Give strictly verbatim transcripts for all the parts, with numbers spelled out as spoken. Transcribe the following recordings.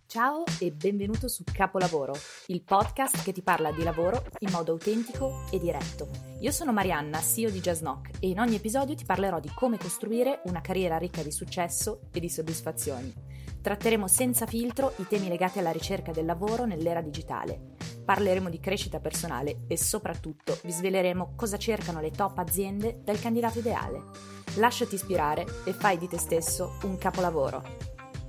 Ciao e benvenuto su Capolavoro, il podcast che ti parla di lavoro in modo autentico e diretto. Io sono Marianna, C E O di Jazznock, e in ogni episodio ti parlerò di come costruire una carriera ricca di successo e di soddisfazioni. Tratteremo senza filtro i temi legati alla ricerca del lavoro nell'era digitale. Parleremo di crescita personale e soprattutto vi sveleremo cosa cercano le top aziende dal candidato ideale. Lasciati ispirare e fai di te stesso un capolavoro.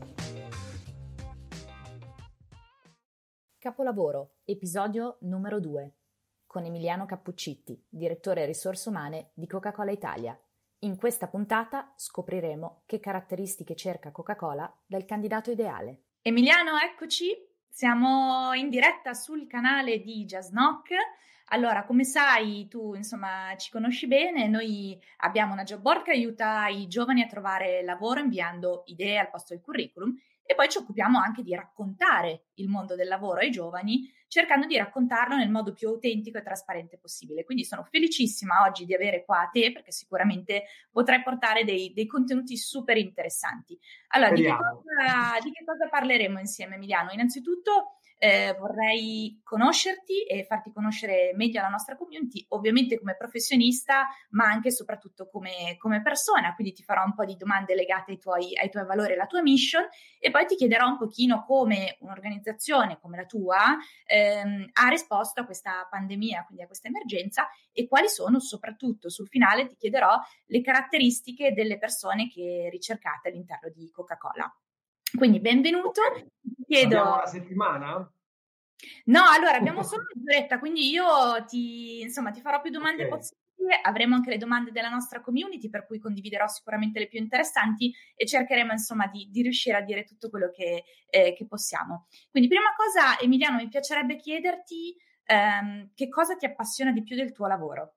Capolavoro, episodio numero due, con Emiliano Cappuccitti, direttore risorse umane di Coca-Cola Italia. In questa puntata scopriremo che caratteristiche cerca Coca-Cola dal candidato ideale. Emiliano, eccoci, siamo in diretta sul canale di Jazznock. Allora, come sai, tu insomma ci conosci bene, noi abbiamo una job board che aiuta i giovani a trovare lavoro inviando idee al posto del curriculum. E poi ci occupiamo anche di raccontare il mondo del lavoro ai giovani, cercando di raccontarlo nel modo più autentico e trasparente possibile. Quindi sono felicissima oggi di avere qua te, perché sicuramente potrai portare dei, dei contenuti super interessanti. Allora, di che, cosa, di che cosa parleremo insieme, Emiliano? Innanzitutto eh, vorrei conoscerti e farti conoscere meglio la nostra community, ovviamente come professionista, ma anche e soprattutto come, come persona. Quindi ti farò un po' di domande legate ai tuoi, ai tuoi valori e alla tua mission, e poi ti chiederò un pochino come un'organizzazione come la tua ehm, ha risposto a questa pandemia, quindi a questa emergenza, e quali sono soprattutto, sul finale ti chiederò le caratteristiche delle persone che ricercate all'interno di Coca-Cola. Quindi benvenuto. Ti chiedo... Abbiamo una settimana? No, allora abbiamo solo mezz'oretta, quindi io ti, insomma, ti farò più domande okay. possibili. Avremo anche le domande della nostra community, per cui condividerò sicuramente le più interessanti e cercheremo insomma di, di riuscire a dire tutto quello che, eh, che possiamo. Quindi prima cosa, Emiliano, mi piacerebbe chiederti ehm, che cosa ti appassiona di più del tuo lavoro?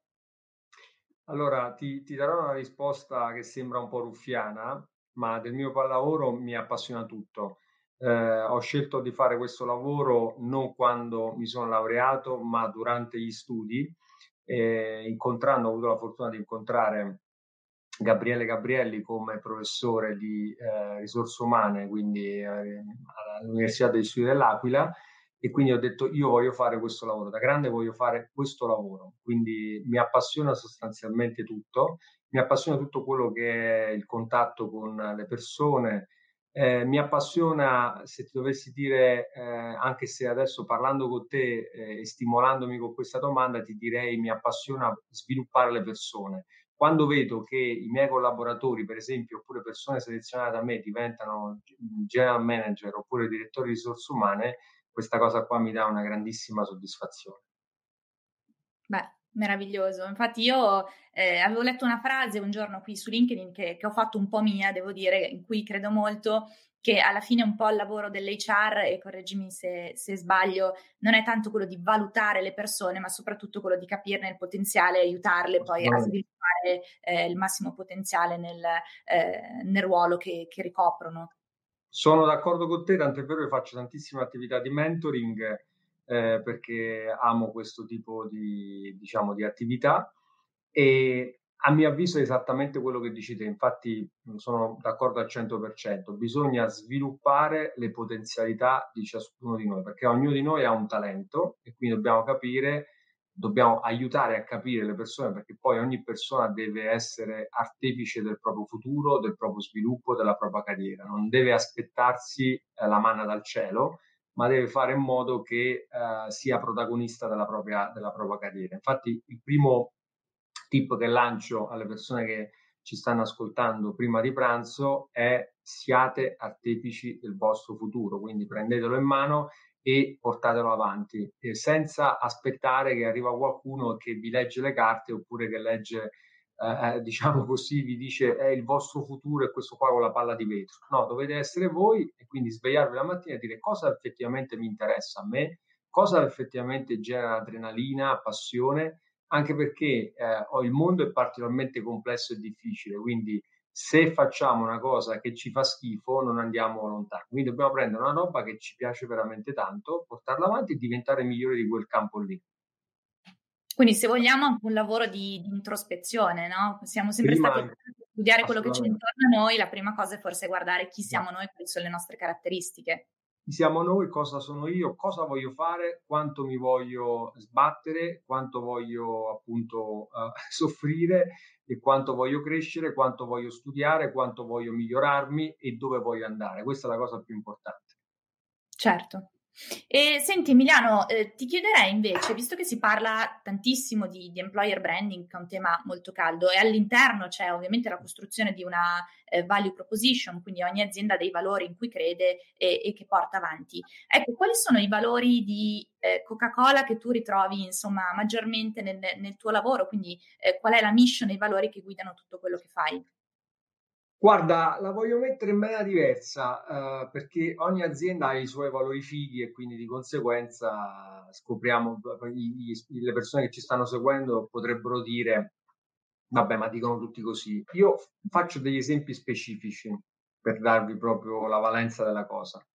Allora, ti, ti darò una risposta che sembra un po' ruffiana, ma del mio lavoro mi appassiona tutto. Eh, ho scelto di fare questo lavoro non quando mi sono laureato, ma durante gli studi. Eh, incontrando, ho avuto la fortuna di incontrare Gabriele Gabrielli come professore di eh, risorse umane, quindi eh, all'Università degli Studi dell'Aquila, e quindi ho detto io voglio fare questo lavoro, da grande voglio fare questo lavoro, quindi mi appassiona sostanzialmente tutto, mi appassiona tutto quello che è il contatto con le persone. Eh, mi appassiona, se ti dovessi dire, eh, anche se adesso parlando con te eh, e stimolandomi con questa domanda, ti direi mi appassiona sviluppare le persone. Quando vedo che i miei collaboratori, per esempio, oppure persone selezionate da me diventano general manager oppure direttori di risorse umane, questa cosa qua mi dà una grandissima soddisfazione. Beh, meraviglioso. Infatti io eh, avevo letto una frase un giorno qui su LinkedIn che, che ho fatto un po' mia, devo dire, in cui credo molto, che alla fine un po' il lavoro dell'H R, e correggimi se, se sbaglio, non è tanto quello di valutare le persone, ma soprattutto quello di capirne il potenziale e aiutarle poi a sviluppare eh, il massimo potenziale nel, eh, nel ruolo che, che ricoprono. Sono d'accordo con te, tant'è vero che faccio tantissime attività di mentoring eh, perché amo questo tipo di, diciamo, di attività, e a mio avviso è esattamente quello che dici te. Infatti sono d'accordo al cento per cento, bisogna sviluppare le potenzialità di ciascuno di noi, perché ognuno di noi ha un talento e quindi dobbiamo capire, dobbiamo aiutare a capire le persone, perché poi ogni persona deve essere artefice del proprio futuro, del proprio sviluppo, della propria carriera, non deve aspettarsi eh, la manna dal cielo, ma deve fare in modo che eh, sia protagonista della propria, della propria carriera. Infatti il primo tip che lancio alle persone che ci stanno ascoltando prima di pranzo è: siate artefici del vostro futuro, quindi prendetelo in mano e portatelo avanti, eh, senza aspettare che arriva qualcuno che vi legge le carte oppure che legge, eh, diciamo così, vi dice è il vostro futuro e questo qua con la palla di vetro. No, dovete essere voi, e quindi svegliarvi la mattina e dire cosa effettivamente mi interessa a me, cosa effettivamente genera adrenalina, passione, anche perché eh, il mondo è particolarmente complesso e difficile, quindi se facciamo una cosa che ci fa schifo non andiamo lontano, quindi dobbiamo prendere una roba che ci piace veramente tanto, portarla avanti e diventare migliori di quel campo lì. Quindi se vogliamo anche un lavoro di, di introspezione, no? Siamo sempre prima, stati a studiare quello che c'è intorno a noi, la prima cosa è forse guardare chi siamo noi, quali sono le nostre caratteristiche. chi siamo noi, cosa sono io, cosa voglio fare, quanto mi voglio sbattere, quanto voglio appunto uh, soffrire e quanto voglio crescere, quanto voglio studiare, quanto voglio migliorarmi e dove voglio andare. Questa è la cosa più importante. Certo. E senti Emiliano, eh, ti chiederei invece, visto che si parla tantissimo di, di employer branding, che è un tema molto caldo, e all'interno c'è ovviamente la costruzione di una eh, value proposition, quindi ogni azienda ha dei valori in cui crede e, e che porta avanti. Ecco, quali sono i valori di eh, Coca-Cola che tu ritrovi insomma maggiormente nel, nel tuo lavoro? Quindi eh, qual è la mission e i valori che guidano tutto quello che fai? Guarda, la voglio mettere in maniera diversa, eh, perché ogni azienda ha i suoi valori fighi e quindi di conseguenza scopriamo, i, i, le persone che ci stanno seguendo potrebbero dire, vabbè, ma dicono tutti così. Io faccio degli esempi specifici per darvi proprio la valenza della cosa.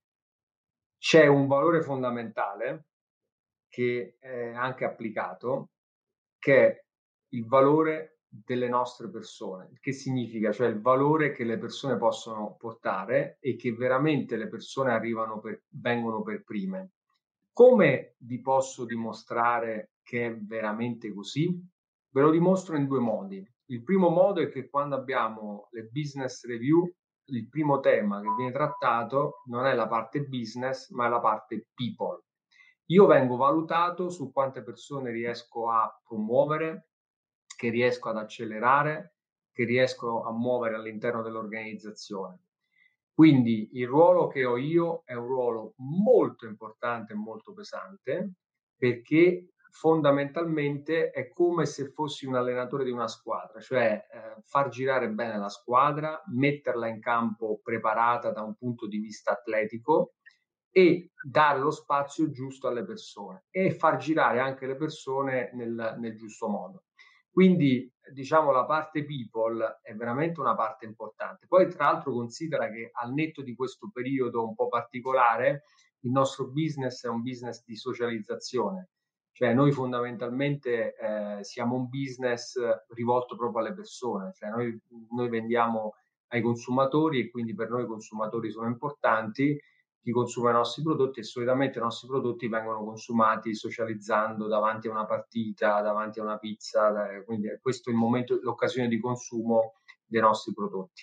C'è un valore fondamentale che è anche applicato, che è il valore delle nostre persone. Che significa? Cioè il valore che le persone possono portare e che veramente le persone arrivano per, vengono per prime. Come vi posso dimostrare che è veramente così? Ve lo dimostro in due modi. Il primo modo è che quando abbiamo le business review, il primo tema che viene trattato non è la parte business, ma è la parte people. Io vengo valutato su quante persone riesco a promuovere, che riesco ad accelerare, che riesco a muovere all'interno dell'organizzazione. Quindi il ruolo che ho io è un ruolo molto importante e molto pesante, perché fondamentalmente è come se fossi un allenatore di una squadra, cioè eh, far girare bene la squadra, metterla in campo preparata da un punto di vista atletico e dare lo spazio giusto alle persone e far girare anche le persone nel, nel giusto modo. Quindi, diciamo, la parte people è veramente una parte importante. Poi, tra l'altro, considera che al netto di questo periodo un po' particolare, il nostro business è un business di socializzazione. Cioè, noi fondamentalmente eh, siamo un business rivolto proprio alle persone. Cioè, noi, noi vendiamo ai consumatori e quindi per noi i consumatori sono importanti. Chi consuma i nostri prodotti e solitamente i nostri prodotti vengono consumati socializzando davanti a una partita, davanti a una pizza, quindi questo è il momento, l'occasione di consumo dei nostri prodotti.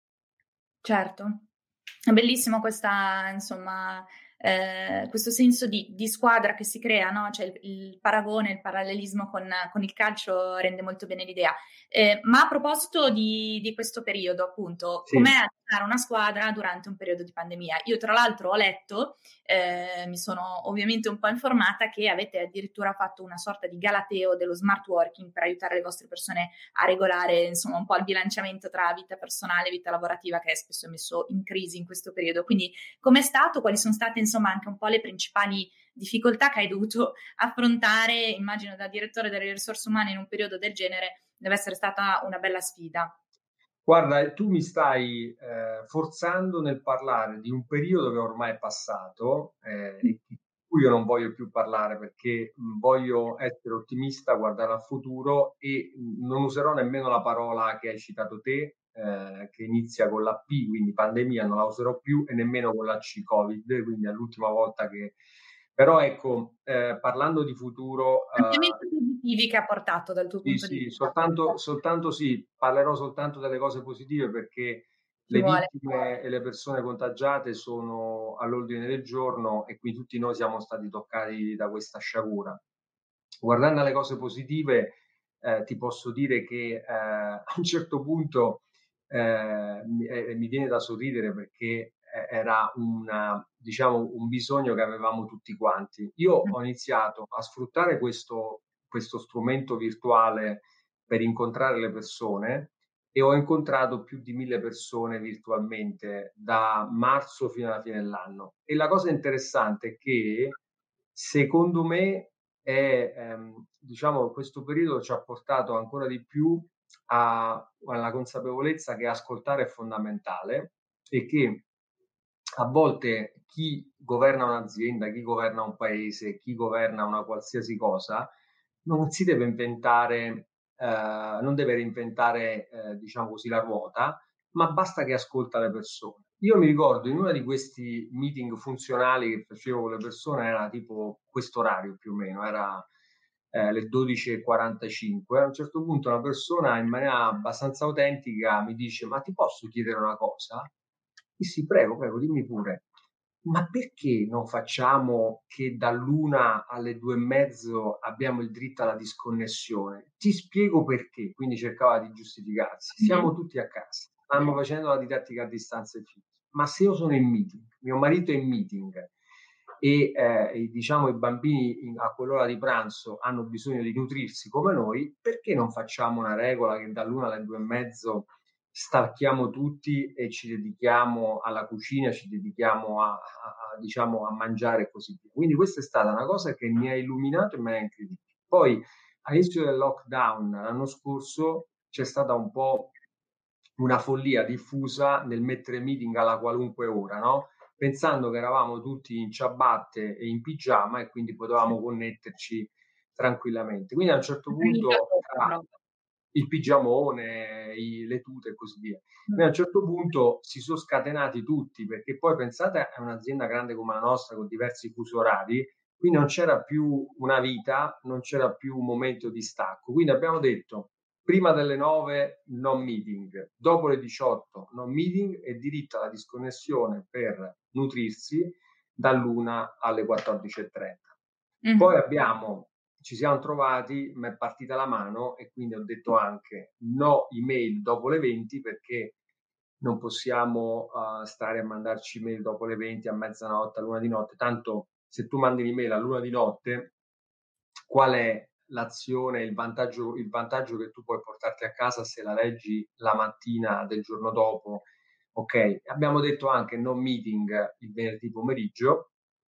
Certo, è bellissimo questa, insomma, eh, questo senso di, di squadra che si crea, no? Cioè il, il paragone, il parallelismo con, con il calcio rende molto bene l'idea. Eh, ma a proposito di, di questo periodo, appunto, sì. Com'è allenare una squadra durante un periodo di pandemia? Io tra l'altro ho letto, eh, mi sono ovviamente un po' informata, che avete addirittura fatto una sorta di galateo dello smart working per aiutare le vostre persone a regolare, insomma, un po' il bilanciamento tra vita personale e vita lavorativa, che è spesso messo in crisi in questo periodo. Quindi com'è stato? Quali sono state insomma anche un po' le principali difficoltà che hai dovuto affrontare? Immagino da direttore delle risorse umane in un periodo del genere deve essere stata una bella sfida. Guarda, tu mi stai eh, forzando nel parlare di un periodo che ormai è passato eh, e di cui io non voglio più parlare perché voglio essere ottimista, guardare al futuro e non userò nemmeno la parola che hai citato te, eh, che inizia con la P, quindi pandemia, non la userò più, e nemmeno con la C, Covid, quindi è l'ultima volta che... Però ecco, eh, parlando di futuro... Cambiamenti uh, positivi che ha portato dal tuo sì, punto sì, di vista? Soltanto, soltanto sì, parlerò soltanto delle cose positive perché Ci le vuole. vittime e le persone contagiate sono all'ordine del giorno e qui tutti noi siamo stati toccati da questa sciagura. Guardando alle cose positive, eh, ti posso dire che eh, a un certo punto eh, mi, eh, mi viene da sorridere perché era una, diciamo, un bisogno che avevamo tutti quanti. Io ho iniziato a sfruttare questo, questo strumento virtuale per incontrare le persone e ho incontrato più di mille persone virtualmente da marzo fino alla fine dell'anno. E la cosa interessante è che secondo me è, ehm, diciamo, questo periodo ci ha portato ancora di più a, alla consapevolezza che ascoltare è fondamentale e che a volte chi governa un'azienda, chi governa un paese, chi governa una qualsiasi cosa, non si deve inventare, eh, non deve reinventare, eh, diciamo così, la ruota, ma basta che ascolta le persone. Io mi ricordo in uno di questi meeting funzionali che facevo con le persone, era tipo questo orario più o meno, era eh, le dodici e quarantacinque. A un certo punto una persona in maniera abbastanza autentica mi dice: ma ti posso chiedere una cosa? E sì, prego, prego, dimmi pure. Ma perché non facciamo che dall'una alle due e mezzo abbiamo il diritto alla disconnessione? Ti spiego perché. Quindi cercava di giustificarsi. Siamo tutti a casa, stiamo facendo la didattica a distanza ai figli. Ma se io sono in meeting, mio marito è in meeting e eh, diciamo i bambini in, a quell'ora di pranzo hanno bisogno di nutrirsi come noi, perché non facciamo una regola che dall'una alle due e mezzo stacchiamo tutti e ci dedichiamo alla cucina, ci dedichiamo a, a, a, diciamo, a mangiare e così via. Quindi questa è stata una cosa che mi ha illuminato in maniera incredibile. Poi all'inizio del lockdown l'anno scorso c'è stata un po' una follia diffusa nel mettere meeting alla qualunque ora, no? Pensando che eravamo tutti in ciabatte e in pigiama e quindi potevamo connetterci tranquillamente. Quindi a un certo punto tra il pigiamone, i, le tute e così via. Quindi a un certo punto si sono scatenati tutti, perché poi pensate a un'azienda grande come la nostra con diversi fusi orari, qui non c'era più una vita, non c'era più un momento di stacco. Quindi abbiamo detto prima delle nove non meeting, dopo le diciotto non meeting e diritto alla disconnessione per nutrirsi dall'una alle quattordici e trenta. Mm-hmm. Poi abbiamo, ci siamo trovati, mi è partita la mano e quindi ho detto anche no email dopo le venti, perché non possiamo uh, stare a mandarci email dopo le venti, a mezzanotte, a luna di notte. Tanto se tu mandi l'email a luna di notte, qual è l'azione, il vantaggio, il vantaggio che tu puoi portarti a casa se la leggi la mattina del giorno dopo? Ok, abbiamo detto anche no meeting il venerdì pomeriggio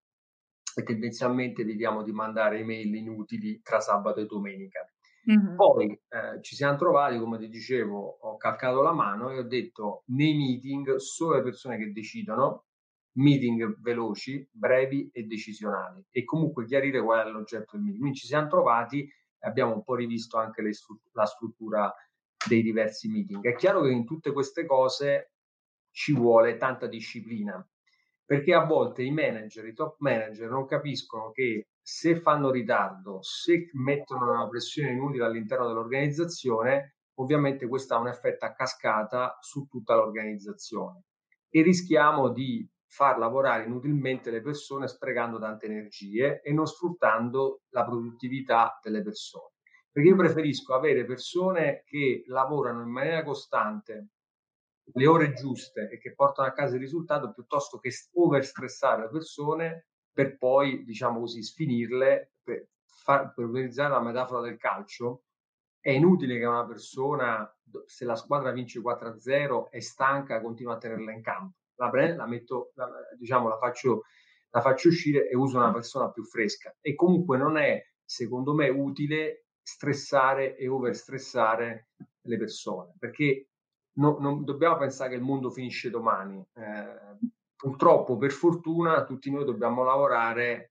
e tendenzialmente evitiamo di mandare email inutili tra sabato e domenica. Mm-hmm. Poi eh, ci siamo trovati, come ti dicevo, ho calcato la mano e ho detto nei meeting solo le persone che decidono, meeting veloci, brevi e decisionali, e comunque chiarire qual è l'oggetto del meeting. Quindi ci siamo trovati e abbiamo un po' rivisto anche le stru- la struttura dei diversi meeting. È chiaro che in tutte queste cose ci vuole tanta disciplina, perché a volte i manager, i top manager non capiscono che se fanno ritardo, se mettono una pressione inutile all'interno dell'organizzazione, ovviamente questo ha un effetto a cascata su tutta l'organizzazione e rischiamo di far lavorare inutilmente le persone sprecando tante energie e non sfruttando la produttività delle persone. Perché io preferisco avere persone che lavorano in maniera costante le ore giuste e che portano a casa il risultato, piuttosto che overstressare le persone per poi, diciamo così, sfinirle. Per, far, per utilizzare la metafora del calcio, è inutile che una persona, se la squadra vince quattro a zero, è stanca, continua a tenerla in campo. La prendo, la metto, la, diciamo, la faccio, la faccio uscire e uso una persona più fresca. E comunque non è, secondo me, utile stressare e overstressare le persone, perché No, non dobbiamo pensare che il mondo finisce domani. Eh, purtroppo, per fortuna, tutti noi dobbiamo lavorare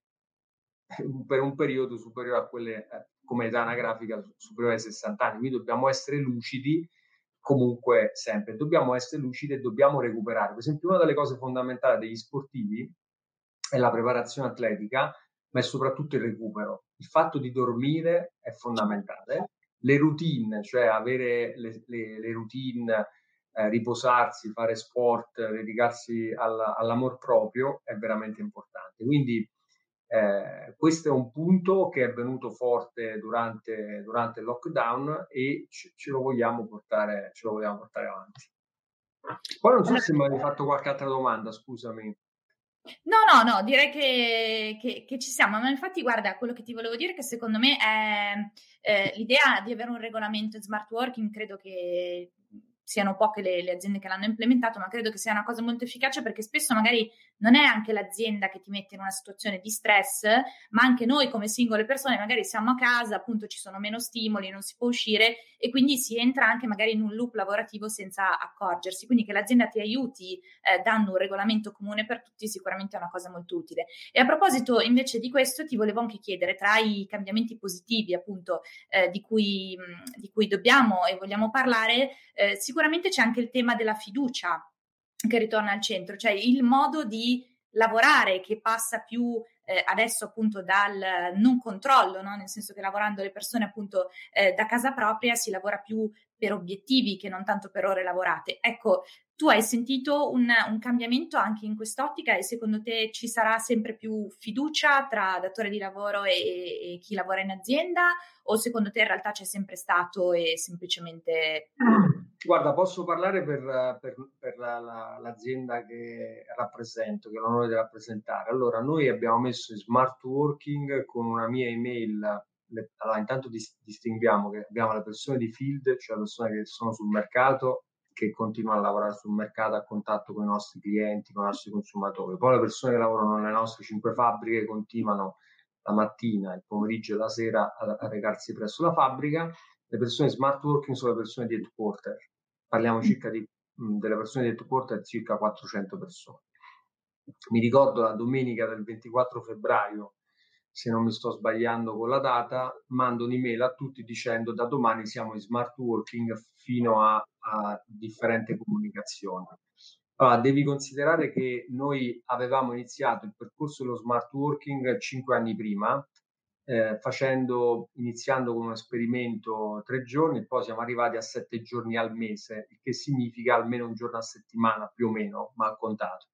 per un periodo superiore a quelle, eh, come età anagrafica, superiore ai sessanta anni. Quindi dobbiamo essere lucidi comunque sempre. Dobbiamo essere lucidi e dobbiamo recuperare. Per esempio, una delle cose fondamentali degli sportivi è la preparazione atletica, ma è soprattutto il recupero. Il fatto di dormire è fondamentale. Le routine, cioè avere le, le, le routine, eh, riposarsi, fare sport, dedicarsi alla, all'amor proprio è veramente importante. Quindi eh, questo è un punto che è venuto forte durante, durante il lockdown e ce, ce, lo vogliamo portare, ce lo vogliamo portare avanti. Poi non so se mi hai fatto qualche altra domanda, scusami. No, no, no, direi che, che, che ci siamo, ma infatti guarda, quello che ti volevo dire è che secondo me è eh, l'idea di avere un regolamento in smart working, credo che siano poche le, le aziende che l'hanno implementato, ma credo che sia una cosa molto efficace, perché spesso magari non è anche l'azienda che ti mette in una situazione di stress, ma anche noi come singole persone magari siamo a casa, appunto ci sono meno stimoli, non si può uscire e quindi si entra anche magari in un loop lavorativo senza accorgersi, quindi che l'azienda ti aiuti eh, dando un regolamento comune per tutti sicuramente è una cosa molto utile. E a proposito invece di questo ti volevo anche chiedere, tra i cambiamenti positivi appunto eh, di cui, mh, di cui dobbiamo e vogliamo parlare, eh, sicuramente c'è anche il tema della fiducia che ritorna al centro, cioè il modo di lavorare che passa più eh, adesso appunto dal non controllo, no? Nel senso che lavorando le persone appunto eh, da casa propria si lavora più per obiettivi che non tanto per ore lavorate. Ecco, tu hai sentito un, un cambiamento anche in quest'ottica e secondo te ci sarà sempre più fiducia tra datore di lavoro e, e chi lavora in azienda, o secondo te in realtà c'è sempre stato e semplicemente... Guarda, posso parlare per, per, per la, la, l'azienda che rappresento, che ho l'onore di rappresentare. Allora, noi abbiamo messo in smart working con una mia email. Le, allora, intanto dis, distinguiamo che abbiamo le persone di field, cioè le persone che sono sul mercato, che continuano a lavorare sul mercato a contatto con i nostri clienti, con i nostri consumatori. Poi le persone che lavorano nelle nostre cinque fabbriche continuano la mattina, il pomeriggio e la sera a, a recarsi presso la fabbrica. Le persone smart working sono le persone di headquarter. Parliamo circa di, mh, delle persone di headquarter, circa quattrocento persone. Mi ricordo la domenica del ventiquattro febbraio, se non mi sto sbagliando con la data, mando un'email a tutti dicendo da domani siamo in smart working fino a, a differente comunicazione. Allora, devi considerare che noi avevamo iniziato il percorso dello smart working cinque anni prima, eh, facendo, iniziando con un esperimento tre giorni, poi siamo arrivati a sette giorni al mese, il che significa almeno un giorno a settimana, più o meno, mal contato.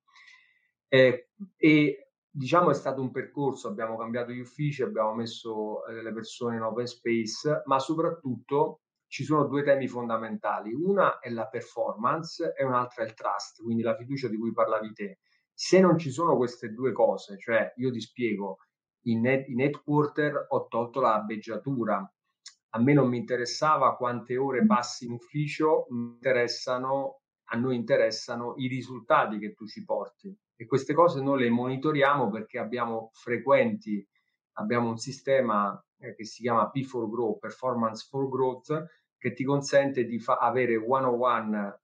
Eh, e diciamo è stato un percorso, abbiamo cambiato gli uffici, abbiamo messo eh, le persone in open space, ma soprattutto ci sono due temi fondamentali. Una è la performance e un'altra è il trust, quindi la fiducia di cui parlavi te. Se non ci sono queste due cose, cioè io ti spiego, in, net, in headquarter ho tolto la abbeggiatura, a me non mi interessava quante ore passi in ufficio, mi interessano, a noi interessano i risultati che tu ci porti, e queste cose noi le monitoriamo perché abbiamo frequenti, abbiamo un sistema eh, che si chiama P for Growth, Performance for Growth, che ti consente di fa- avere one-on-one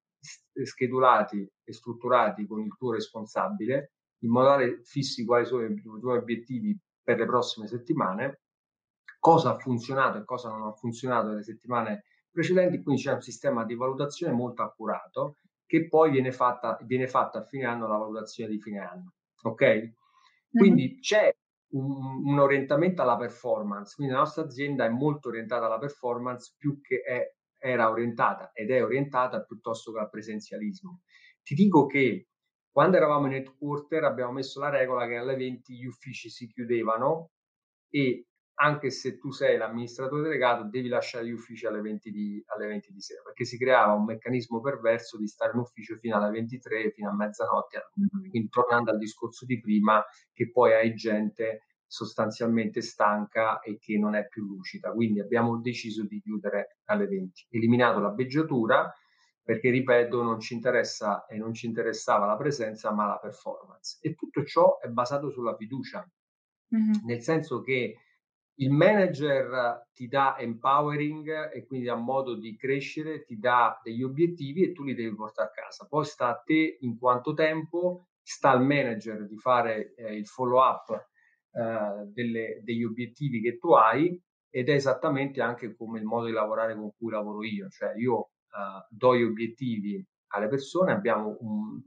eh, schedulati e strutturati con il tuo responsabile, in modo tale fissi quali sono i tuoi obiettivi per le prossime settimane, cosa ha funzionato e cosa non ha funzionato nelle settimane precedenti, quindi c'è un sistema di valutazione molto accurato che poi viene fatta, viene fatta a fine anno la valutazione di fine anno, ok? Quindi mm-hmm. c'è un, un orientamento alla performance, quindi la nostra azienda è molto orientata alla performance più che è, era orientata ed è orientata piuttosto che al presenzialismo. Ti dico che quando eravamo in headquarter abbiamo messo la regola che alle venti gli uffici si chiudevano e anche se tu sei l'amministratore delegato devi lasciare gli uffici alle venti di, alle venti di sera, perché si creava un meccanismo perverso di stare in ufficio fino alle ventitré, fino a mezzanotte. Quindi tornando al discorso di prima, che poi hai gente sostanzialmente stanca e che non è più lucida. Quindi abbiamo deciso di chiudere alle venti, eliminato la beggiatura, perché ripeto non ci interessa e non ci interessava la presenza ma la performance, e tutto ciò è basato sulla fiducia, mm-hmm. nel senso che il manager ti dà empowering e quindi ha modo di crescere, ti dà degli obiettivi e tu li devi portare a casa. Poi sta a te in quanto tempo, sta al manager di fare eh, il follow up eh, delle, degli obiettivi che tu hai, ed è esattamente anche come il modo di lavorare con cui lavoro io, cioè io eh, do gli obiettivi alle persone, abbiamo un,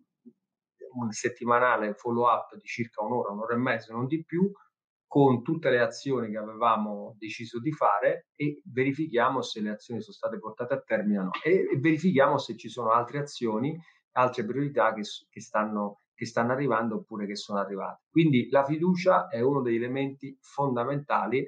un settimanale follow up di circa un'ora, un'ora e mezza, non di più, con tutte le azioni che avevamo deciso di fare, e verifichiamo se le azioni sono state portate a termine o no, e, e verifichiamo se ci sono altre azioni, altre priorità che, che, stanno, che stanno arrivando oppure che sono arrivate. Quindi la fiducia è uno degli elementi fondamentali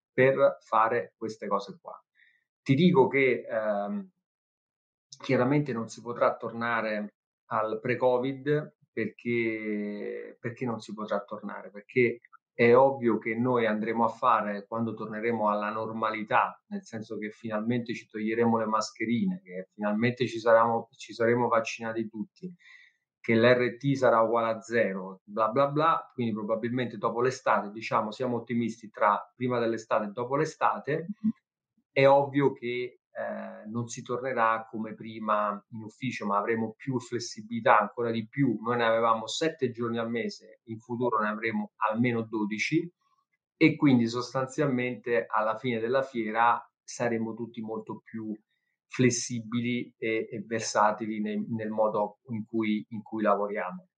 per fare queste cose qua. Ti dico che ehm, chiaramente non si potrà tornare al pre-Covid, perché, perché non si potrà tornare? Perché è ovvio che noi andremo a fare, quando torneremo alla normalità, nel senso che finalmente ci toglieremo le mascherine, che finalmente ci, saremo, ci saremo vaccinati tutti, che l'R T sarà uguale a zero, bla bla bla, quindi probabilmente dopo l'estate, diciamo, siamo ottimisti, tra prima dell'estate e dopo l'estate, è ovvio che eh, non si tornerà come prima in ufficio, ma avremo più flessibilità, ancora di più. Noi ne avevamo sette giorni al mese, in futuro ne avremo almeno dodici, e quindi sostanzialmente alla fine della fiera saremo tutti molto più flessibili e, e versatili nel, nel modo in cui, in cui lavoriamo.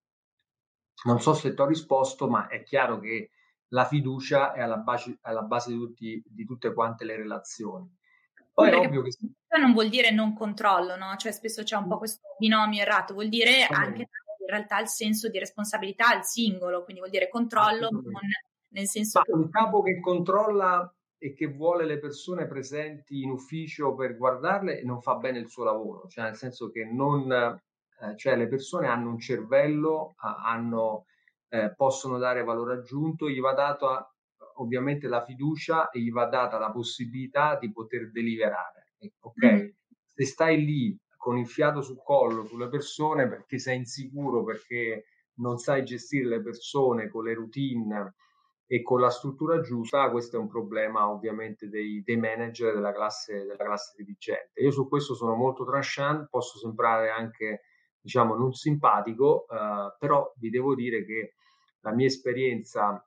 Non so se ti ho risposto, ma è chiaro che la fiducia è alla base, alla base di, tutti, di tutte quante le relazioni. Poi è ovvio che non vuol dire non controllo, no? Cioè spesso c'è un po' questo binomio errato, vuol dire anche in realtà il senso di responsabilità al singolo, quindi vuol dire controllo non nel senso ma che un capo che controlla e che vuole le persone presenti in ufficio per guardarle non fa bene il suo lavoro, cioè nel senso che non eh, cioè le persone hanno un cervello, hanno eh, possono dare valore aggiunto, gli va dato a, ovviamente la fiducia e gli va data la possibilità di poter deliberare. Ok? Mm. Se stai lì con il fiato sul collo sulle persone perché sei insicuro, perché non sai gestire le persone con le routine e con la struttura giusta, questo è un problema ovviamente dei, dei manager della classe, della classe dirigente. Io su questo sono molto tranchant, posso sembrare anche diciamo non simpatico, eh, però vi devo dire che la mia esperienza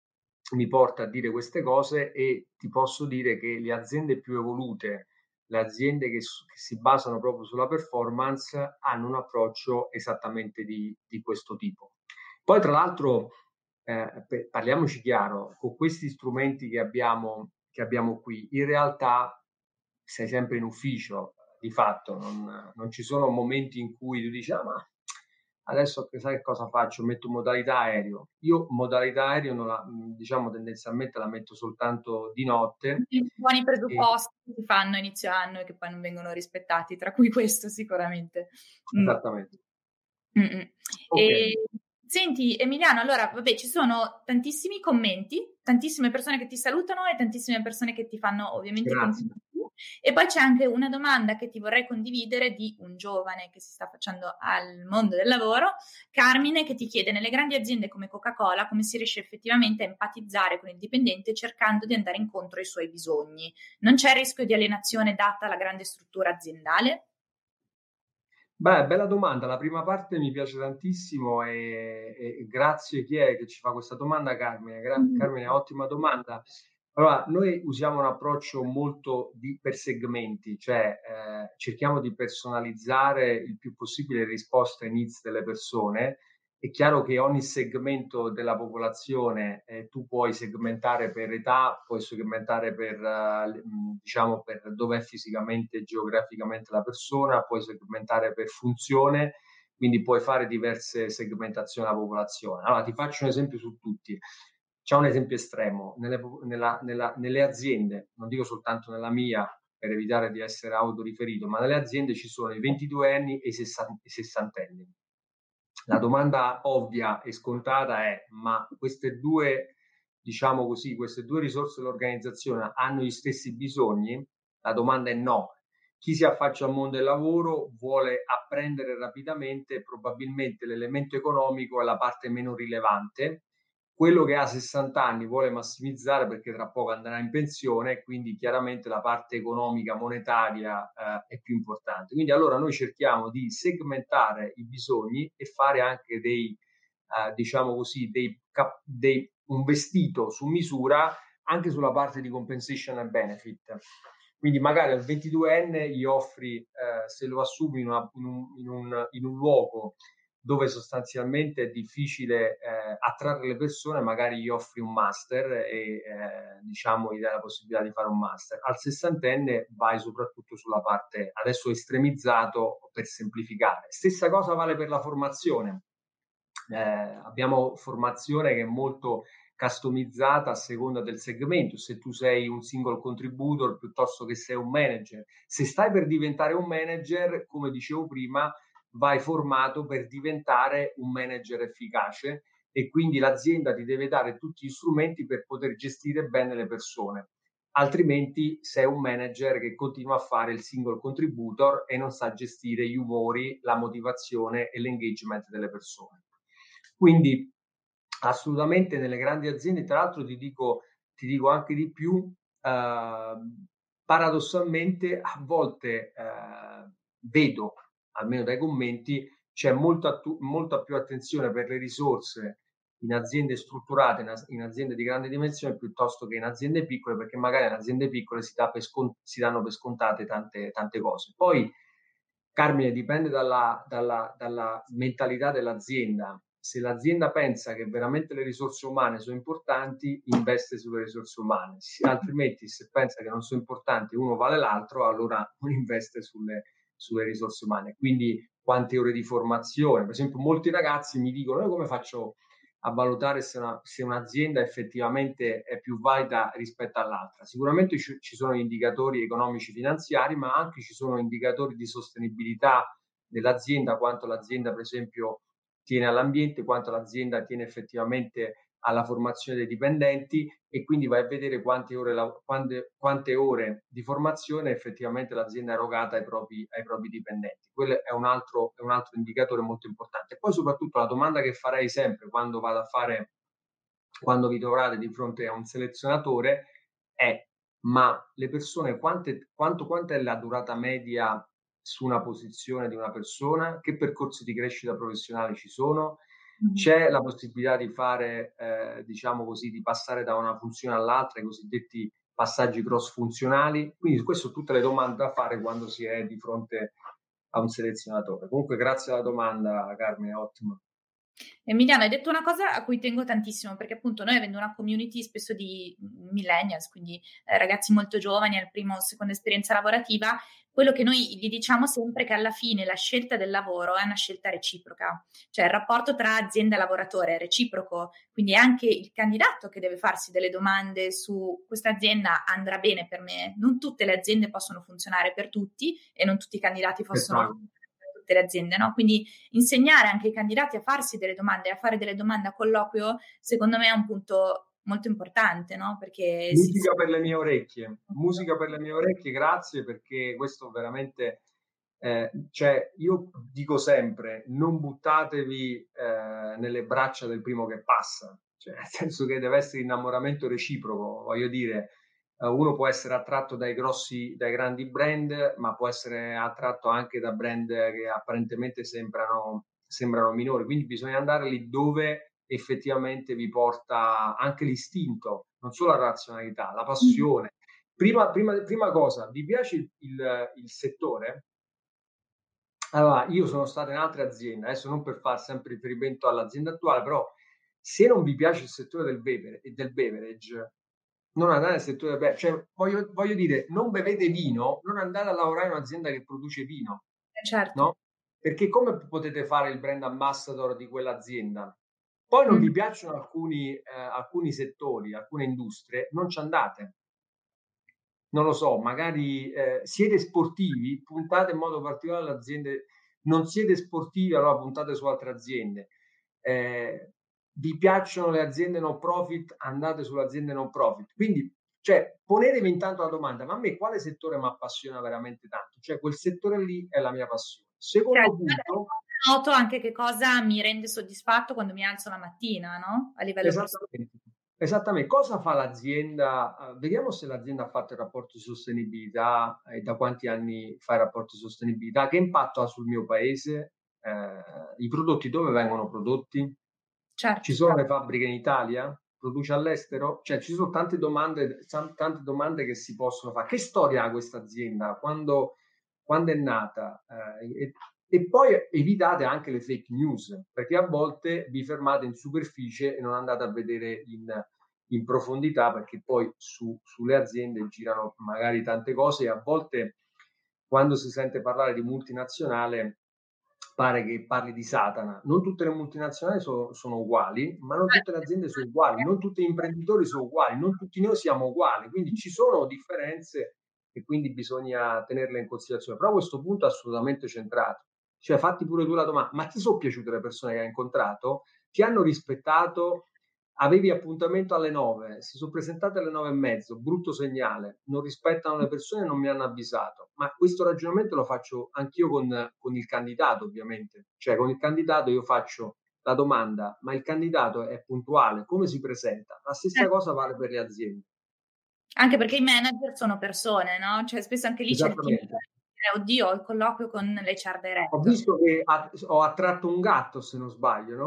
mi porta a dire queste cose e ti posso dire che le aziende più evolute, le aziende che, che si basano proprio sulla performance, hanno un approccio esattamente di, di questo tipo. Poi tra l'altro, eh, per, parliamoci chiaro, con questi strumenti che abbiamo, che abbiamo qui, in realtà sei sempre in ufficio, di fatto, non, non ci sono momenti in cui tu dici, ah ma adesso sai cosa faccio? Metto modalità aereo. Io modalità aereo non la, diciamo tendenzialmente la metto soltanto di notte. I buoni presupposti e... che si fanno inizio anno e che poi non vengono rispettati, tra cui questo sicuramente. Esattamente. Mm. Okay. E... Senti Emiliano, allora vabbè ci sono tantissimi commenti, tantissime persone che ti salutano e tantissime persone che ti fanno ovviamente complimenti. E poi c'è anche una domanda che ti vorrei condividere di un giovane che si sta facendo al mondo del lavoro, Carmine, che ti chiede: nelle grandi aziende come Coca-Cola come si riesce effettivamente a empatizzare con il dipendente cercando di andare incontro ai suoi bisogni? Non c'è il rischio di alienazione data la grande struttura aziendale? Beh, bella domanda. La prima parte mi piace tantissimo e, e grazie chi è che ci fa questa domanda, Carmine. Gra- mm-hmm. Carmine, ottima domanda. Allora, noi usiamo un approccio molto di, per segmenti, cioè eh, cerchiamo di personalizzare il più possibile le risposte ai needs delle persone. È chiaro che ogni segmento della popolazione eh, tu puoi segmentare per età, puoi segmentare per, eh, diciamo, per dove è fisicamente e geograficamente la persona, puoi segmentare per funzione, quindi puoi fare diverse segmentazioni della popolazione. Allora, ti faccio un esempio su tutti. C'è un esempio estremo. Nelle, nella, nella, nelle aziende, non dico soltanto nella mia, per evitare di essere autoriferito, ma nelle aziende ci sono i ventidue anni e i sessantenni. La domanda ovvia e scontata è: ma queste due, diciamo così, queste due risorse dell'organizzazione hanno gli stessi bisogni? La domanda è no. Chi si affaccia al mondo del lavoro vuole apprendere rapidamente, probabilmente l'elemento economico è la parte meno rilevante. Quello che ha sessanta anni vuole massimizzare perché tra poco andrà in pensione, quindi chiaramente la parte economica, monetaria eh, è più importante. Quindi allora noi cerchiamo di segmentare i bisogni e fare anche dei, eh, diciamo così, dei, dei, un vestito su misura anche sulla parte di compensation and benefit. Quindi magari al ventiduenne gli offri, eh, se lo assumi in, una, in, un, in, un, in un luogo dove sostanzialmente è difficile eh, attrarre le persone, magari gli offri un master e eh, diciamo gli dai la possibilità di fare un master. Al sessantenne vai soprattutto sulla parte adesso estremizzato per semplificare. Stessa cosa vale per la formazione. Eh, abbiamo formazione che è molto customizzata a seconda del segmento, se tu sei un single contributor piuttosto che sei un manager. Se stai per diventare un manager, come dicevo prima, vai formato per diventare un manager efficace e quindi l'azienda ti deve dare tutti gli strumenti per poter gestire bene le persone. Altrimenti sei un manager che continua a fare il single contributor e non sa gestire gli umori, la motivazione e l'engagement delle persone. Quindi assolutamente nelle grandi aziende, tra l'altro ti dico, ti dico anche di più, eh, paradossalmente a volte eh, vedo, almeno dai commenti, c'è molta, molta più attenzione per le risorse in aziende strutturate, in, in aziende di grande dimensione, piuttosto che in aziende piccole, perché magari in aziende piccole si, dà per scont- si danno per scontate tante, tante cose. Poi, Carmine, dipende dalla, dalla, dalla mentalità dell'azienda. Se l'azienda pensa che veramente le risorse umane sono importanti, investe sulle risorse umane. Se, altrimenti, se pensa che non sono importanti, uno vale l'altro, allora non investe sulle, sulle risorse umane. Quindi quante ore di formazione. Per esempio, molti ragazzi mi dicono: io come faccio a valutare se, una, se un'azienda effettivamente è più valida rispetto all'altra? Sicuramente ci, ci sono indicatori economici finanziari, ma anche ci sono indicatori di sostenibilità dell'azienda, quanto l'azienda, per esempio, tiene all'ambiente, quanto l'azienda tiene effettivamente alla formazione dei dipendenti, e quindi vai a vedere quante ore, quante, quante ore di formazione effettivamente l'azienda ha erogata ai propri, ai propri dipendenti. Quello è un, altro, è un altro indicatore molto importante. E poi soprattutto la domanda che farei sempre quando vado a fare, quando vi trovate di fronte a un selezionatore è: ma le persone, quante, quanto, quanta è la durata media su una posizione di una persona? Che percorsi di crescita professionale ci sono? C'è la possibilità di fare, eh, diciamo così, di passare da una funzione all'altra, i cosiddetti passaggi cross funzionali? Quindi queste sono tutte le domande da fare quando si è di fronte a un selezionatore. Comunque, grazie alla domanda, Carmine, ottimo. Emiliano, hai detto una cosa a cui tengo tantissimo, perché appunto noi, avendo una community spesso di millennials, quindi eh, ragazzi molto giovani, al primo o seconda esperienza lavorativa, quello che noi gli diciamo sempre è che alla fine la scelta del lavoro è una scelta reciproca, cioè il rapporto tra azienda e lavoratore è reciproco, quindi è anche il candidato che deve farsi delle domande su: questa azienda andrà bene per me. Non tutte le aziende possono funzionare per tutti e non tutti i candidati possono Esatto. funzionare per tutte le aziende, no? Quindi insegnare anche ai candidati a farsi delle domande, a fare delle domande a colloquio, secondo me è un punto molto importante, no? Perché musica si... per le mie orecchie, musica per le mie orecchie, grazie, perché questo veramente, eh, cioè io dico sempre: non buttatevi eh, nelle braccia del primo che passa, cioè nel senso che deve essere innamoramento reciproco. Voglio dire, eh, uno può essere attratto dai grossi, dai grandi brand, ma può essere attratto anche da brand che apparentemente sembrano, sembrano minori, quindi bisogna andare lì dove effettivamente vi porta anche l'istinto, non solo la razionalità, la passione. Prima, prima, prima cosa, vi piace il, il, il settore? Allora, io sono stato in altre aziende, adesso non per fare sempre riferimento all'azienda attuale, però se non vi piace il settore del beverage, del beverage non andate nel settore del beverage. Cioè, voglio, voglio dire, non bevete vino, non andate a lavorare in un'azienda che produce vino, Certo. no? Perché come potete fare il brand ambassador di quell'azienda? Poi non Mm. vi piacciono alcuni, eh, alcuni settori, alcune industrie, non ci andate. Non lo so, magari eh, siete sportivi, puntate in modo particolare alle aziende. Non siete sportivi, allora puntate su altre aziende. Eh, vi piacciono le aziende no profit, andate sulle aziende no profit. Quindi, cioè, ponetevi intanto la domanda: ma a me quale settore mi appassiona veramente tanto? Cioè, quel settore lì è la mia passione. Secondo Cioè, punto, noto anche che cosa mi rende soddisfatto quando mi alzo la mattina, no? A livello personale. esattamente. Esattamente, cosa fa l'azienda? Uh, vediamo se l'azienda ha fatto il rapporto di sostenibilità e da quanti anni fa il rapporto di sostenibilità, che impatto ha sul mio paese, eh, i prodotti dove vengono prodotti, Certo. Ci sono le fabbriche in Italia? Produce all'estero? Cioè ci sono tante domande, tante domande che si possono fare. Che storia ha questa azienda? Quando, quando è nata? Eh, e, e poi evitate anche le fake news, perché a volte vi fermate in superficie e non andate a vedere in, in profondità, perché poi su, sulle aziende girano magari tante cose, e a volte quando si sente parlare di multinazionale pare che parli di Satana. Non tutte le multinazionali so, sono uguali, ma non tutte le aziende sono uguali, non tutti gli imprenditori sono uguali, non tutti noi siamo uguali, quindi ci sono differenze e quindi bisogna tenerle in considerazione. Però questo punto è assolutamente centrato. Cioè, fatti pure tu la domanda: ma ti sono piaciute le persone che hai incontrato? Ti hanno rispettato? Avevi appuntamento alle nove, si sono presentate alle nove e mezzo, brutto segnale, non rispettano le persone, non mi hanno avvisato. Ma questo ragionamento lo faccio anch'io con, con il candidato, ovviamente. Cioè, con il candidato io faccio la domanda: ma il candidato è puntuale? Come si presenta? La stessa cosa vale per le aziende. Anche perché i manager sono persone, no? Cioè spesso anche lì c'è il timore di dire: oddio, ho il colloquio con l'H R Ho director. visto che ha, ho attratto un gatto, se non sbaglio, no?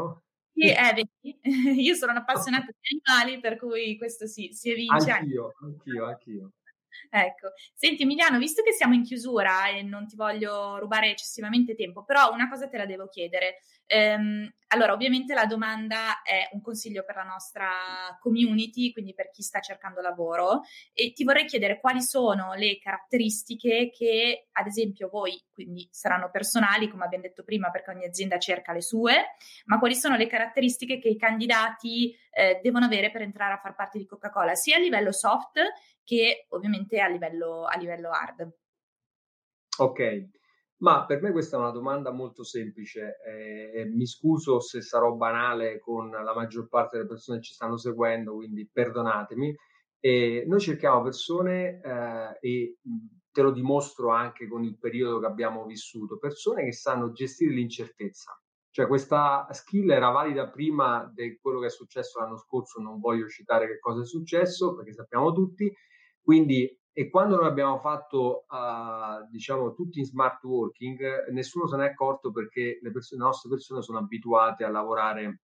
Sì, eh, vedi? Io sono un'appassionata di animali, per cui questo sì, si evince anche. Anch'io, anch'io, anch'io. Ecco, senti Emiliano, visto che siamo in chiusura e non ti voglio rubare eccessivamente tempo, però una cosa te la devo chiedere. Ehm, allora, ovviamente la domanda è un consiglio per la nostra community, quindi per chi sta cercando lavoro, e ti vorrei chiedere quali sono le caratteristiche che, ad esempio, voi, quindi saranno personali, come abbiamo detto prima, perché ogni azienda cerca le sue, ma quali sono le caratteristiche che i candidati eh, devono avere per entrare a far parte di Coca-Cola, sia a livello soft che ovviamente a livello, a livello hard. Ok, ma per me questa è una domanda molto semplice. Eh, mi scuso se sarò banale con la maggior parte delle persone che ci stanno seguendo, quindi perdonatemi. Eh, noi cerchiamo persone, eh, e te lo dimostro anche con il periodo che abbiamo vissuto, persone che sanno gestire l'incertezza. Cioè questa skill era valida prima di quello che è successo l'anno scorso, non voglio citare che cosa è successo perché sappiamo tutti, quindi e quando noi abbiamo fatto, uh, diciamo, tutti in smart working, nessuno se n'è accorto perché le, persone, le nostre persone sono abituate a lavorare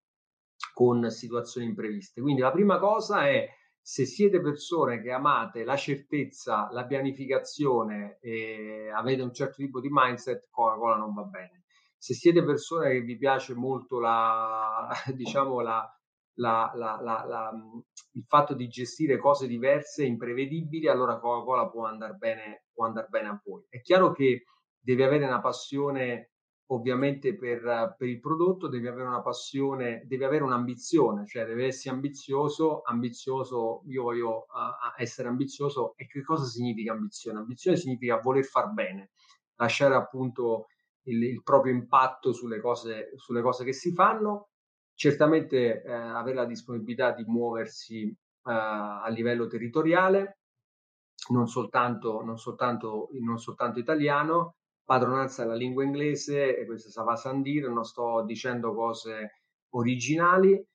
con situazioni impreviste. Quindi la prima cosa è, se siete persone che amate la certezza, la pianificazione e avete un certo tipo di mindset, Coca-Cola non va bene. Se siete persone che vi piace molto la, diciamo, la, la, la, la, la, il fatto di gestire cose diverse, imprevedibili, allora Coca-Cola può andare bene, può andare bene a voi. È chiaro che devi avere una passione ovviamente per, per il prodotto, devi avere una passione, devi avere un'ambizione, cioè devi essere ambizioso, ambizioso, io voglio uh, essere ambizioso. E che cosa significa ambizione? Ambizione significa voler far bene, lasciare appunto il, il proprio impatto sulle cose, sulle cose che si fanno. Certamente eh, avere la disponibilità di muoversi eh, a livello territoriale, non soltanto, non soltanto, non soltanto italiano, padronanza della lingua inglese, e questo sa sandir, non sto dicendo cose originali,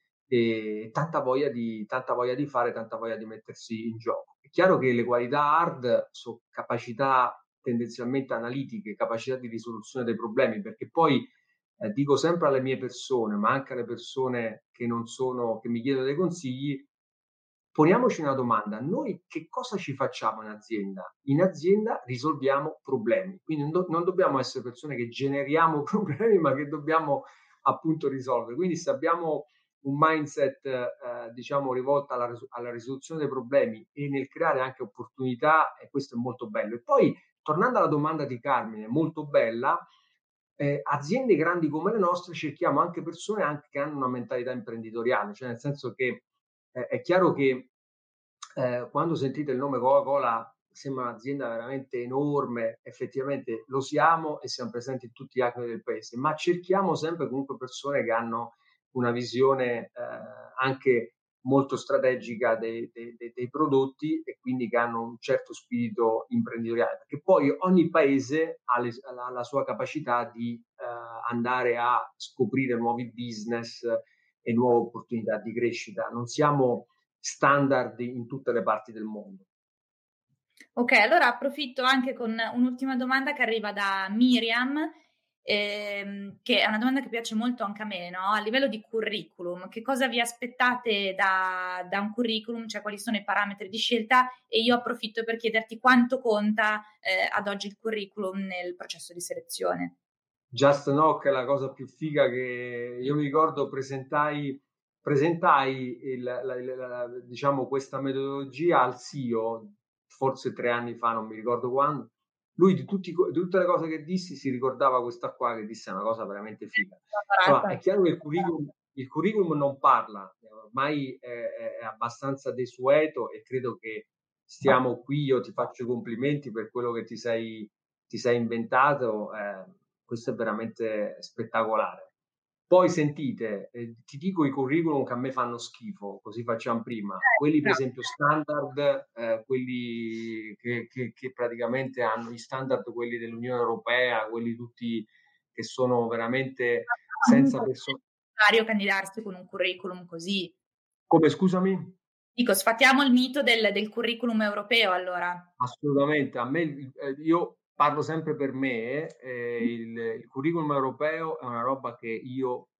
e tanta voglia di, tanta voglia di fare, tanta voglia di mettersi in gioco. È chiaro che le qualità hard sono capacità tendenzialmente analitiche, capacità di risoluzione dei problemi, perché poi eh, dico sempre alle mie persone, ma anche alle persone che non sono, che mi chiedono dei consigli, poniamoci una domanda: noi che cosa ci facciamo in azienda? In azienda risolviamo problemi, quindi non, do- non dobbiamo essere persone che generiamo problemi, ma che dobbiamo appunto risolvere. Quindi se abbiamo un mindset eh, diciamo rivolto alla, alla risoluzione dei problemi e nel creare anche opportunità, e questo è molto bello. E poi, tornando alla domanda di Carmine, molto bella, eh, aziende grandi come le nostre cerchiamo anche persone anche che hanno una mentalità imprenditoriale, cioè nel senso che eh, è chiaro che eh, quando sentite il nome Coca-Cola sembra un'azienda veramente enorme, effettivamente lo siamo e siamo presenti in tutti gli angoli del paese, ma cerchiamo sempre comunque persone che hanno una visione eh, anche molto strategica dei, dei, dei prodotti, e quindi che hanno un certo spirito imprenditoriale, perché poi ogni paese ha, le, ha la sua capacità di eh, andare a scoprire nuovi business e nuove opportunità di crescita. Non siamo standard in tutte le parti del mondo. Ok, allora approfitto anche con un'ultima domanda che arriva da Miriam, ehm, che è una domanda che piace molto anche a me, no? A livello di curriculum, che cosa vi aspettate da, da un curriculum, cioè quali sono i parametri di scelta? E io approfitto per chiederti quanto conta eh, ad oggi il curriculum nel processo di selezione. Just Knock è la cosa più figa che io mi ricordo. Presentai, presentai il, la, la, la, diciamo questa metodologia al C E O forse tre anni fa, non mi ricordo quando. Lui di, tutti, di tutte le cose che dissi si ricordava questa qua, che disse una cosa veramente figa. Insomma, è chiaro che il curriculum, il curriculum non parla, ormai è, è abbastanza desueto, e credo che stiamo qui, io ti faccio i complimenti per quello che ti sei, ti sei inventato. Eh, questo è veramente spettacolare. Poi sentite, eh, ti dico i curriculum che a me fanno schifo, così facciamo prima. Quelli per esempio standard, eh, quelli che, che, che praticamente hanno gli standard, quelli dell'Unione Europea, quelli tutti che sono veramente senza persone. È candidarsi con un curriculum così. Come, scusami? Dico, sfattiamo il mito del, del curriculum europeo, allora. Assolutamente, a me, eh, io parlo sempre per me, eh, il, il curriculum europeo è una roba che io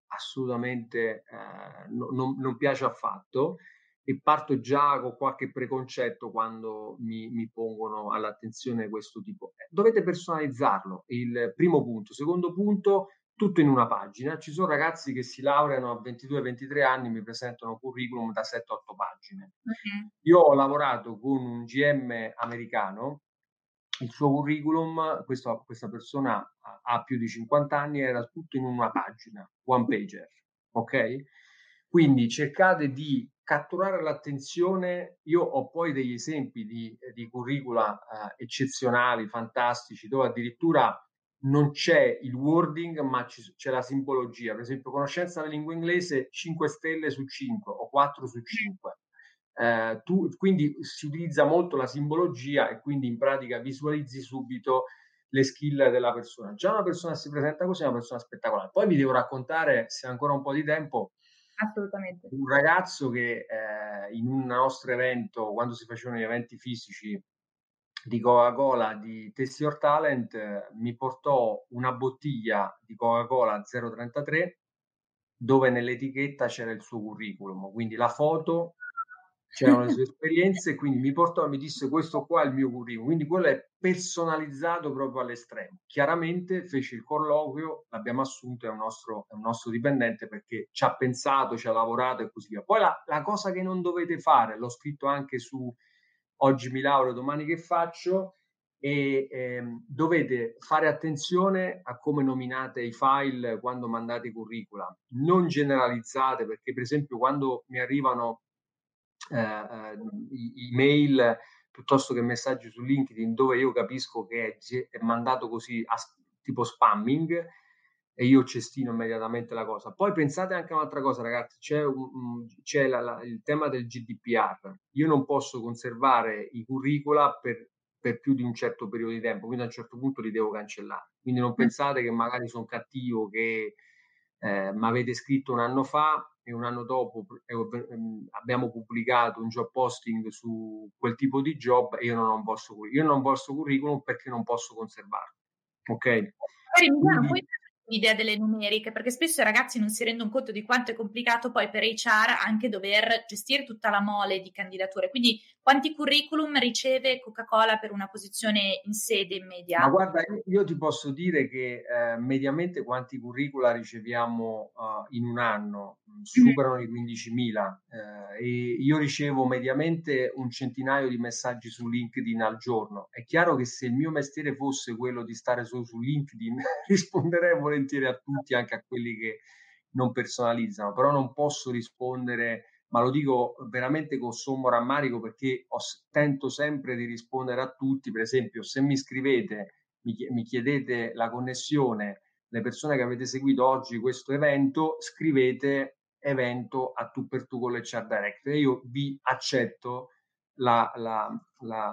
assolutamente eh, no, non, non piace affatto, e parto già con qualche preconcetto quando mi, mi pongono all'attenzione questo tipo. Dovete personalizzarlo, il primo punto. Secondo punto, tutto in una pagina. Ci sono ragazzi che si laureano a ventidue ventitré anni, mi presentano un curriculum da sette otto pagine. Okay. Io ho lavorato con un G M americano, il suo curriculum, questo, questa persona ha, ha più di cinquanta anni, era tutto in una pagina, one pager, ok? Quindi cercate di catturare l'attenzione. Io ho poi degli esempi di, di curricula eh, eccezionali, fantastici, dove addirittura non c'è il wording, ma c'è la simbologia. Per esempio, conoscenza della lingua inglese cinque stelle su cinque o quattro su cinque. Eh, tu, quindi si utilizza molto la simbologia e quindi in pratica visualizzi subito le skill della persona. Già una persona si presenta così è una persona spettacolare. Poi vi devo raccontare, se ha ancora un po' di tempo, Assolutamente. un ragazzo che eh, in un nostro evento, quando si facevano gli eventi fisici di Coca-Cola di Taste Your Talent, eh, mi portò una bottiglia di Coca-Cola zero trentatré dove nell'etichetta c'era il suo curriculum, quindi la foto, c'erano le sue esperienze, quindi mi portò e mi disse: questo qua è il mio curriculum, quindi quello è personalizzato proprio all'estremo. Chiaramente fece il colloquio, l'abbiamo assunto, è un nostro, è un nostro dipendente perché ci ha pensato, ci ha lavorato e così via. Poi la, la cosa che non dovete fare, l'ho scritto anche su Oggi mi laureo, domani che faccio, e ehm, dovete fare attenzione a come nominate i file quando mandate i curricula, non generalizzate, perché per esempio quando mi arrivano eh, eh, email piuttosto che messaggi su LinkedIn dove io capisco che è, è mandato così a, tipo spamming, e io cestino immediatamente la cosa. Poi pensate anche a un'altra cosa, ragazzi, c'è, un, c'è la, la, il tema del G D P R. Io non posso conservare i curricula per, per più di un certo periodo di tempo, quindi a un certo punto li devo cancellare. Quindi non pensate che magari sono cattivo, che eh, mi avete scritto un anno fa e un anno dopo eh, abbiamo pubblicato un job posting su quel tipo di job e io non ho un vostro curriculum. Io non ho un vostro curriculum perché non posso conservarlo. Ok? Magari Emiliano, Quindi, poi l'idea delle numeriche, perché spesso i ragazzi non si rendono conto di quanto è complicato poi per H R anche dover gestire tutta la mole di candidature. Quindi quanti curriculum riceve Coca-Cola per una posizione in sede in media? ma guarda, io ti posso dire che eh, mediamente quanti curricula riceviamo uh, in un anno? Superano i quindicimila eh, e io ricevo mediamente un centinaio di messaggi su LinkedIn al giorno. È chiaro che se il mio mestiere fosse quello di stare solo su LinkedIn risponderei volentieri a tutti, anche a quelli che non personalizzano, però non posso rispondere, ma lo dico veramente con sommo rammarico, perché ho, tento sempre di rispondere a tutti. Per esempio, se mi scrivete, mi, mi chiedete la connessione, le persone che avete seguito oggi questo evento, scrivete evento a tu per tu con l'H R Direct e io vi accetto la, la, la,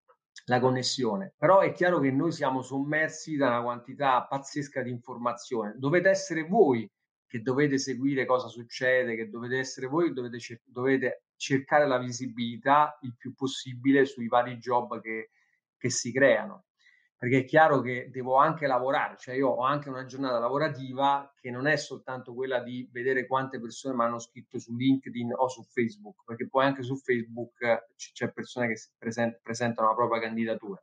la connessione. Però è chiaro che noi siamo sommersi da una quantità pazzesca di informazione. Dovete essere voi che dovete seguire cosa succede, che dovete essere voi che dovete, cer- dovete cercare la visibilità il più possibile sui vari job che, che si creano. Perché è chiaro che devo anche lavorare, cioè io ho anche una giornata lavorativa che non è soltanto quella di vedere quante persone mi hanno scritto su LinkedIn o su Facebook, perché poi anche su Facebook c- c'è persone che present- presentano la propria candidatura.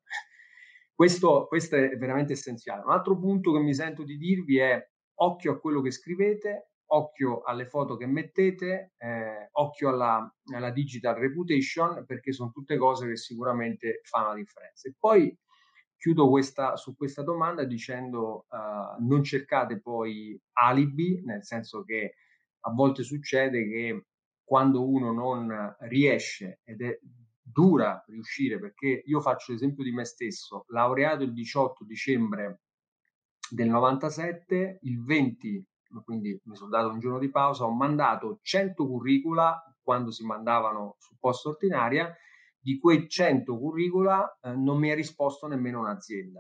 Questo, questo è veramente essenziale. Un altro punto che mi sento di dirvi è: occhio a quello che scrivete, occhio alle foto che mettete, eh, occhio alla, alla digital reputation, perché sono tutte cose che sicuramente fanno la differenza. E poi chiudo questa, su questa domanda dicendo uh, non cercate poi alibi, nel senso che a volte succede che quando uno non riesce, ed è dura riuscire, perché io faccio l'esempio di me stesso, laureato il diciotto dicembre del novantasette, il venti, quindi mi sono dato un giorno di pausa, ho mandato cento curricula quando si mandavano su posta ordinaria. Di quei cento curricula eh, non mi ha risposto nemmeno un'azienda.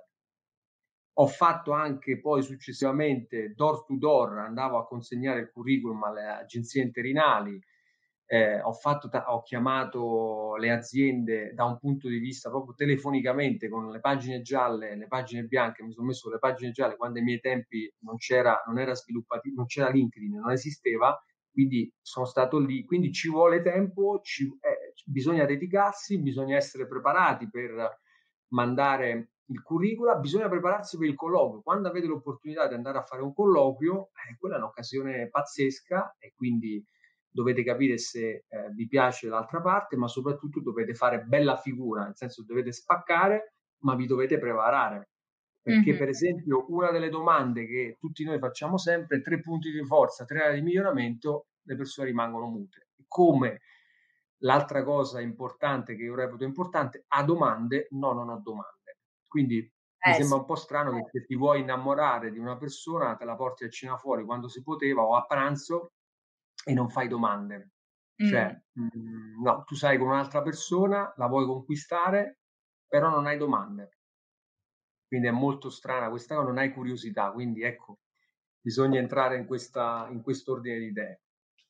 Ho fatto anche poi successivamente door to door, andavo a consegnare il curriculum alle agenzie interinali, eh, ho, fatto ta- ho chiamato le aziende da un punto di vista proprio telefonicamente con le pagine gialle, le pagine bianche, mi sono messo le pagine gialle quando ai miei tempi non c'era, non era sviluppati, non c'era LinkedIn, non esisteva, quindi sono stato lì, quindi ci vuole tempo, ci, eh, bisogna dedicarsi, bisogna essere preparati per mandare il curricula, bisogna prepararsi per il colloquio. Quando avete l'opportunità di andare a fare un colloquio, eh, quella è un'occasione pazzesca e quindi dovete capire se eh, vi piace l'altra parte, ma soprattutto dovete fare bella figura, nel senso dovete spaccare, ma vi dovete preparare. Perché mm-hmm. per esempio una delle domande che tutti noi facciamo sempre, tre punti di forza, tre aree di miglioramento, le persone rimangono mute. Come l'altra cosa importante che io reputo importante, ha domande? No, non ho domande. Quindi eh, mi sembra sì. un po' strano che se ti vuoi innamorare di una persona te la porti a cena fuori quando si poteva o a pranzo e non fai domande. Mm. Cioè, mh, no, tu sai con un'altra persona, la vuoi conquistare, però non hai domande. Quindi è molto strana questa cosa, non hai curiosità. Quindi ecco, bisogna entrare in questa, in quest'ordine di idee.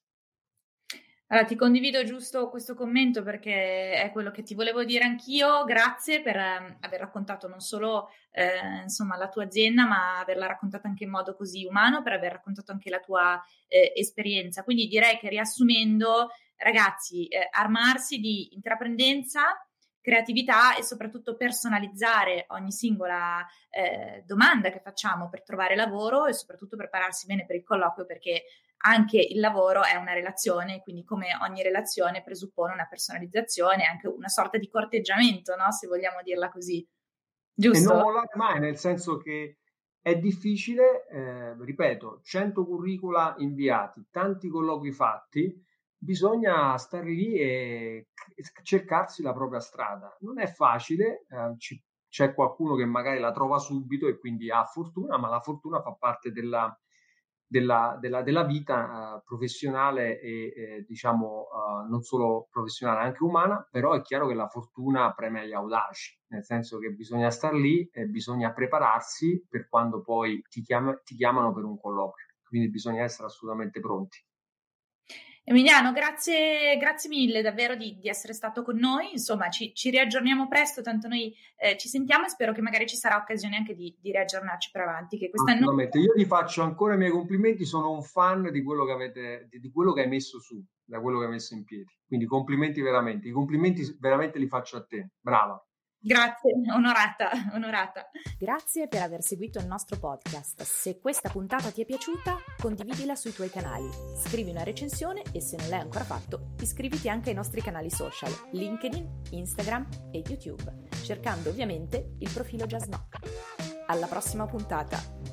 Allora, ti condivido giusto questo commento perché è quello che ti volevo dire anch'io. Grazie per eh, aver raccontato non solo eh, insomma la tua azienda, ma averla raccontata anche in modo così umano, per aver raccontato anche la tua eh, esperienza. Quindi direi che riassumendo, ragazzi, eh, armarsi di intraprendenza, creatività e soprattutto personalizzare ogni singola eh, domanda che facciamo per trovare lavoro e soprattutto prepararsi bene per il colloquio, perché anche il lavoro è una relazione, quindi come ogni relazione presuppone una personalizzazione, anche una sorta di corteggiamento, no? Se vogliamo dirla così, giusto? E non mollare mai, nel senso che è difficile, eh, ripeto, cento curricula inviati, tanti colloqui fatti, bisogna stare lì e cercarsi la propria strada. Non è facile, eh, ci, c'è qualcuno che magari la trova subito e quindi ha fortuna, ma la fortuna fa parte della, della, della, della vita uh, professionale e eh, diciamo uh, non solo professionale, anche umana, però è chiaro che la fortuna premia gli audaci, nel senso che bisogna star lì e bisogna prepararsi per quando poi ti, chiama, ti chiamano per un colloquio, quindi bisogna essere assolutamente pronti. Emiliano, grazie, grazie mille davvero di, di essere stato con noi, insomma ci, ci riaggiorniamo presto, tanto noi eh, ci sentiamo e spero che magari ci sarà occasione anche di, di riaggiornarci per avanti. Che quest'anno... Assolutamente, io ti faccio ancora i miei complimenti, sono un fan di quello che avete, di, di quello che hai messo su, da quello che hai messo in piedi, quindi complimenti veramente, i complimenti veramente li faccio a te, brava. Grazie, onorata, onorata. Grazie per aver seguito il nostro podcast. Se questa puntata ti è piaciuta, condividila sui tuoi canali, scrivi una recensione e se non l'hai ancora fatto, iscriviti anche ai nostri canali social, LinkedIn, Instagram e YouTube, cercando ovviamente il profilo JazzNock. Alla prossima puntata!